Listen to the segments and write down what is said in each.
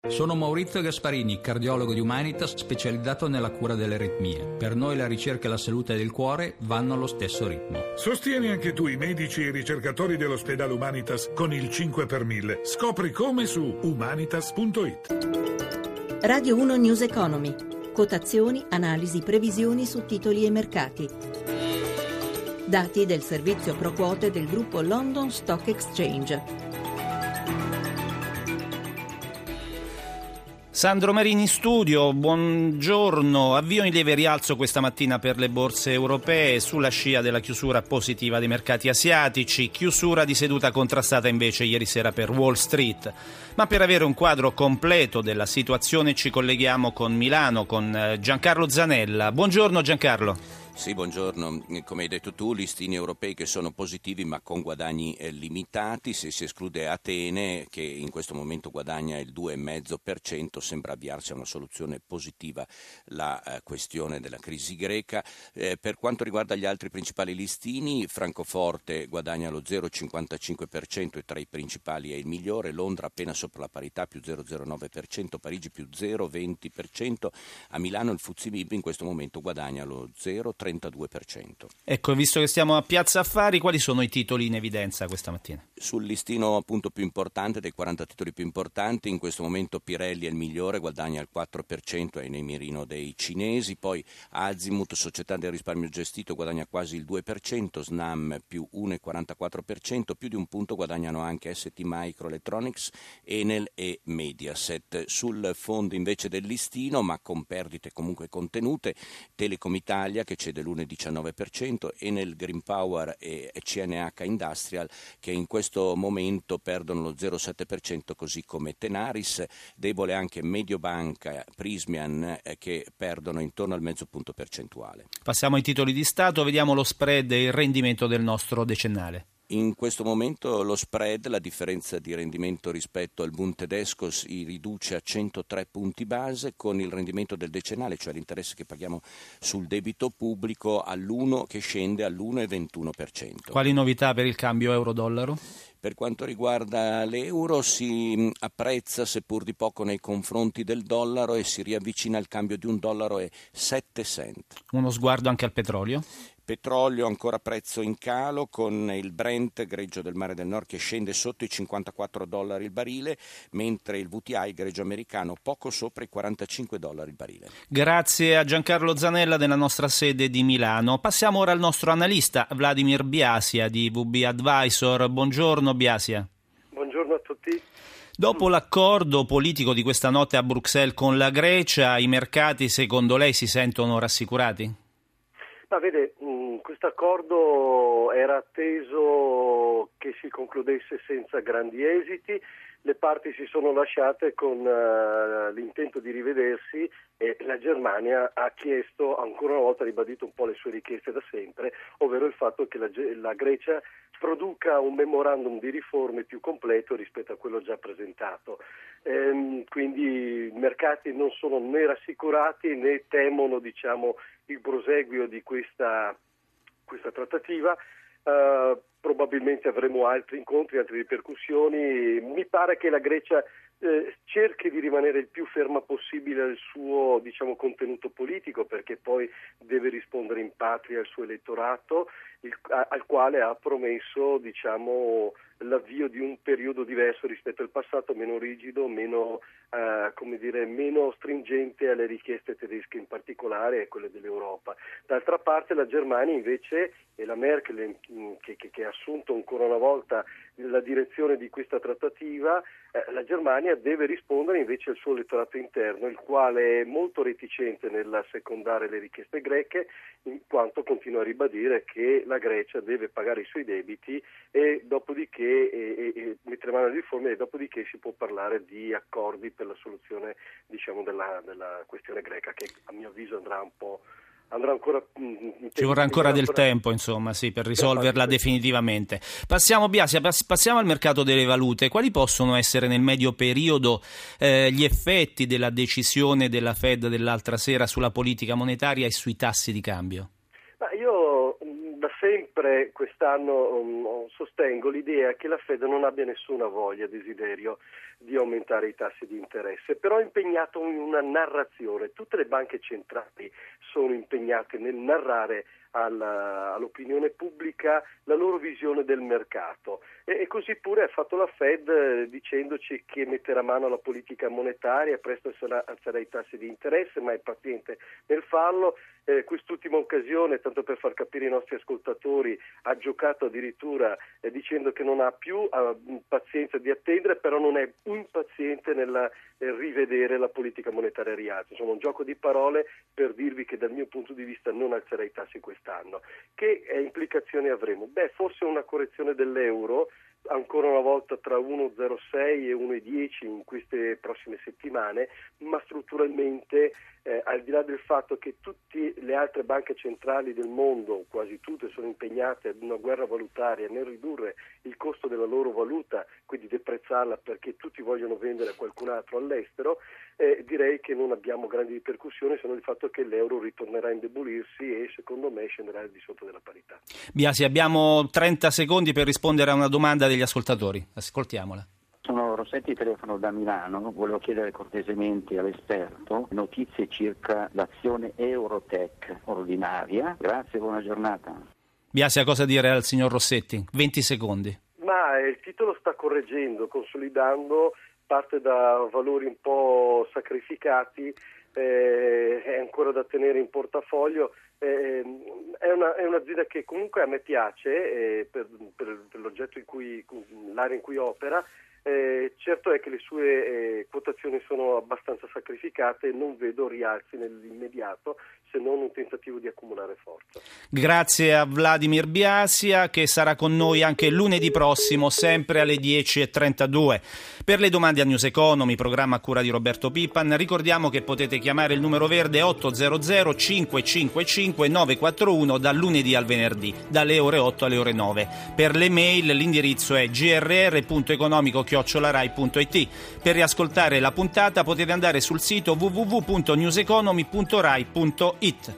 Sono Maurizio Gasparini, cardiologo di Humanitas specializzato nella cura delle aritmie. Per noi la ricerca e la salute del cuore vanno allo stesso ritmo. Sostieni anche tu i medici e i ricercatori dell'ospedale Humanitas con il 5 per 1000. Scopri come su humanitas.it. Radio 1 News Economy. Quotazioni, analisi, previsioni su titoli e mercati. Dati del servizio pro quote del gruppo London Stock Exchange. Sandro Marini in studio, buongiorno. Avvio in lieve rialzo questa mattina per le borse europee sulla scia della chiusura positiva dei mercati asiatici, chiusura di seduta contrastata invece ieri sera per Wall Street. Ma per avere un quadro completo della situazione ci colleghiamo con Milano, con Giancarlo Zanella. Buongiorno Giancarlo. Sì, buongiorno. Come hai detto tu, listini europei che sono positivi ma con guadagni limitati. Se si esclude Atene, che in questo momento guadagna il 2,5%, sembra avviarsi a una soluzione positiva la questione della crisi greca. Per quanto riguarda gli altri principali listini, Francoforte guadagna lo 0,55% e tra i principali è il migliore, Londra appena sopra la parità più 0,09%, Parigi più 0,20%, a Milano il FTSE MIB in questo momento guadagna lo 0,32%. Ecco, visto che stiamo a Piazza Affari, quali sono i titoli in evidenza questa mattina? Sul listino appunto più importante, dei 40 titoli più importanti, in questo momento Pirelli è il migliore, guadagna il 4%, è nel mirino dei cinesi, poi Azimut, società del risparmio gestito, guadagna quasi il 2%, Snam più 1,44%, più di un punto guadagnano anche ST Microelectronics, Enel e Mediaset. Sul fondo invece del listino, ma con perdite comunque contenute, Telecom Italia che cede l'1,19%, Enel Green Power e CNH Industrial che in questo momento perdono lo 0,7%, così come Tenaris, debole anche Mediobanca, Prismian che perdono intorno al mezzo punto percentuale. Passiamo ai titoli di Stato, vediamo lo spread e il rendimento del nostro decennale. In questo momento lo spread, la differenza di rendimento rispetto al Bund tedesco, si riduce a 103 punti base, con il rendimento del decennale, cioè l'interesse che paghiamo sul debito pubblico, che scende all'1,21%. Quali novità per il cambio euro-dollaro? Per quanto riguarda l'euro si apprezza seppur di poco nei confronti del dollaro e si riavvicina al cambio di $1,07. Uno sguardo anche al petrolio? Petrolio ancora prezzo in calo, con il Brent, greggio del Mare del Nord, che scende sotto i $54 il barile, mentre il WTI, greggio americano, poco sopra i $45 il barile. Grazie a Giancarlo Zanella della nostra sede di Milano. Passiamo ora al nostro analista Vladimir Biasia di VB Advisor. Buongiorno Biasia. Buongiorno a tutti. Dopo l'accordo politico di questa notte a Bruxelles con la Grecia, i mercati secondo lei si sentono rassicurati? Ma vede, questo accordo era atteso che si concludesse senza grandi esiti, le parti si sono lasciate con l'intento di rivedersi e la Germania ha chiesto, ancora una volta ribadito un po' le sue richieste da sempre, ovvero il fatto che la Grecia produca un memorandum di riforme più completo rispetto a quello già presentato. Quindi i mercati non sono né rassicurati né temono, il proseguio di questa trattativa. Probabilmente avremo altri incontri, altre ripercussioni. Mi pare che la Grecia cerchi di rimanere il più ferma possibile al suo contenuto politico, perché poi deve rispondere in patria al suo elettorato, al quale ha promesso l'avvio di un periodo diverso rispetto al passato, meno rigido, meno stringente alle richieste tedesche in particolare e quelle dell'Europa. D'altra parte la Germania invece e la Merkel che ha assunto ancora una volta la direzione di questa trattativa, la Germania deve rispondere invece al suo elettorato interno, il quale è molto reticente nell'assecondare le richieste greche, in quanto continua a ribadire che la Grecia deve pagare i suoi debiti e dopodiché mettere mano alle riforme e dopodiché si può parlare di accordi per la soluzione della questione greca, che a mio avviso andrà ancora ci vorrà ancora del tempo, insomma, sì, per risolverla definitivamente. Passiamo al mercato delle valute. Quali possono essere nel medio periodo gli effetti della decisione della Fed dell'altra sera sulla politica monetaria e sui tassi di cambio? Ma io da sempre quest'anno sostengo l'idea che la Fed non abbia nessuna voglia, desiderio di aumentare i tassi di interesse, però è impegnato in una narrazione. Tutte le banche centrali sono impegnate nel narrare all'opinione pubblica la loro visione del mercato e così pure ha fatto la Fed dicendoci che metterà mano alla politica monetaria, presto alzerà i tassi di interesse, ma è paziente nel farlo. Quest'ultima occasione, tanto per far capire ai nostri ascoltatori, ha giocato addirittura dicendo che non ha più pazienza di attendere, però non è impaziente nel rivedere la politica monetaria a rialzo. Insomma, un gioco di parole per dirvi che dal mio punto di vista non alzerà i tassi quest'anno. Che implicazioni avremo? Forse una correzione dell'euro, ancora una volta tra 1,06 e 1,10 in queste prossime settimane, ma strutturalmente al di là del fatto che tutte le altre banche centrali del mondo, quasi tutte, sono impegnate ad una guerra valutaria nel ridurre il costo della loro valuta, quindi deprezzarla perché tutti vogliono vendere a qualcun altro all'estero, direi che non abbiamo grandi ripercussioni se non il fatto che l'euro ritornerà a indebolirsi e secondo me scenderà al di sotto della parità. Biasi, abbiamo 30 secondi per rispondere a una domanda degli ascoltatori. Ascoltiamola. Sono Rossetti, telefono da Milano, volevo chiedere cortesemente all'esperto notizie circa l'azione Eurotech ordinaria. Grazie, buona giornata. Biasi, ha cosa dire al signor Rossetti? 20 secondi. Ma il titolo sta correggendo, consolidando, parte da valori un po' sacrificati, è ancora da tenere in portafoglio. È un'azienda che comunque a me piace per l'oggetto l'area in cui opera. Certo è che le sue quotazioni sono abbastanza sacrificate e non vedo rialzi nell'immediato, se non un tentativo di accumulare forza. Grazie a Vladimir Biasia, che sarà con noi anche lunedì prossimo, sempre alle 10:32. Per le domande a News Economy, programma a cura di Roberto Pippan, ricordiamo che potete chiamare il numero verde 800 555 941 dal lunedì al venerdì, dalle ore 8 alle ore 9. Per le mail l'indirizzo è grr.economico@rai.it. Per riascoltare la puntata potete andare sul sito www.newseconomy.rai.it.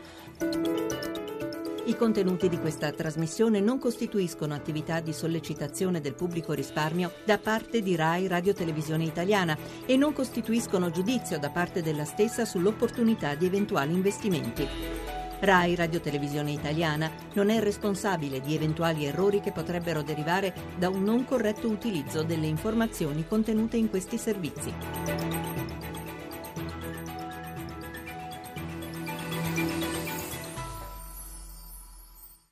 I contenuti di questa trasmissione non costituiscono attività di sollecitazione del pubblico risparmio da parte di Rai Radio Televisione Italiana e non costituiscono giudizio da parte della stessa sull'opportunità di eventuali investimenti. Rai Radio Televisione Italiana non è responsabile di eventuali errori che potrebbero derivare da un non corretto utilizzo delle informazioni contenute in questi servizi.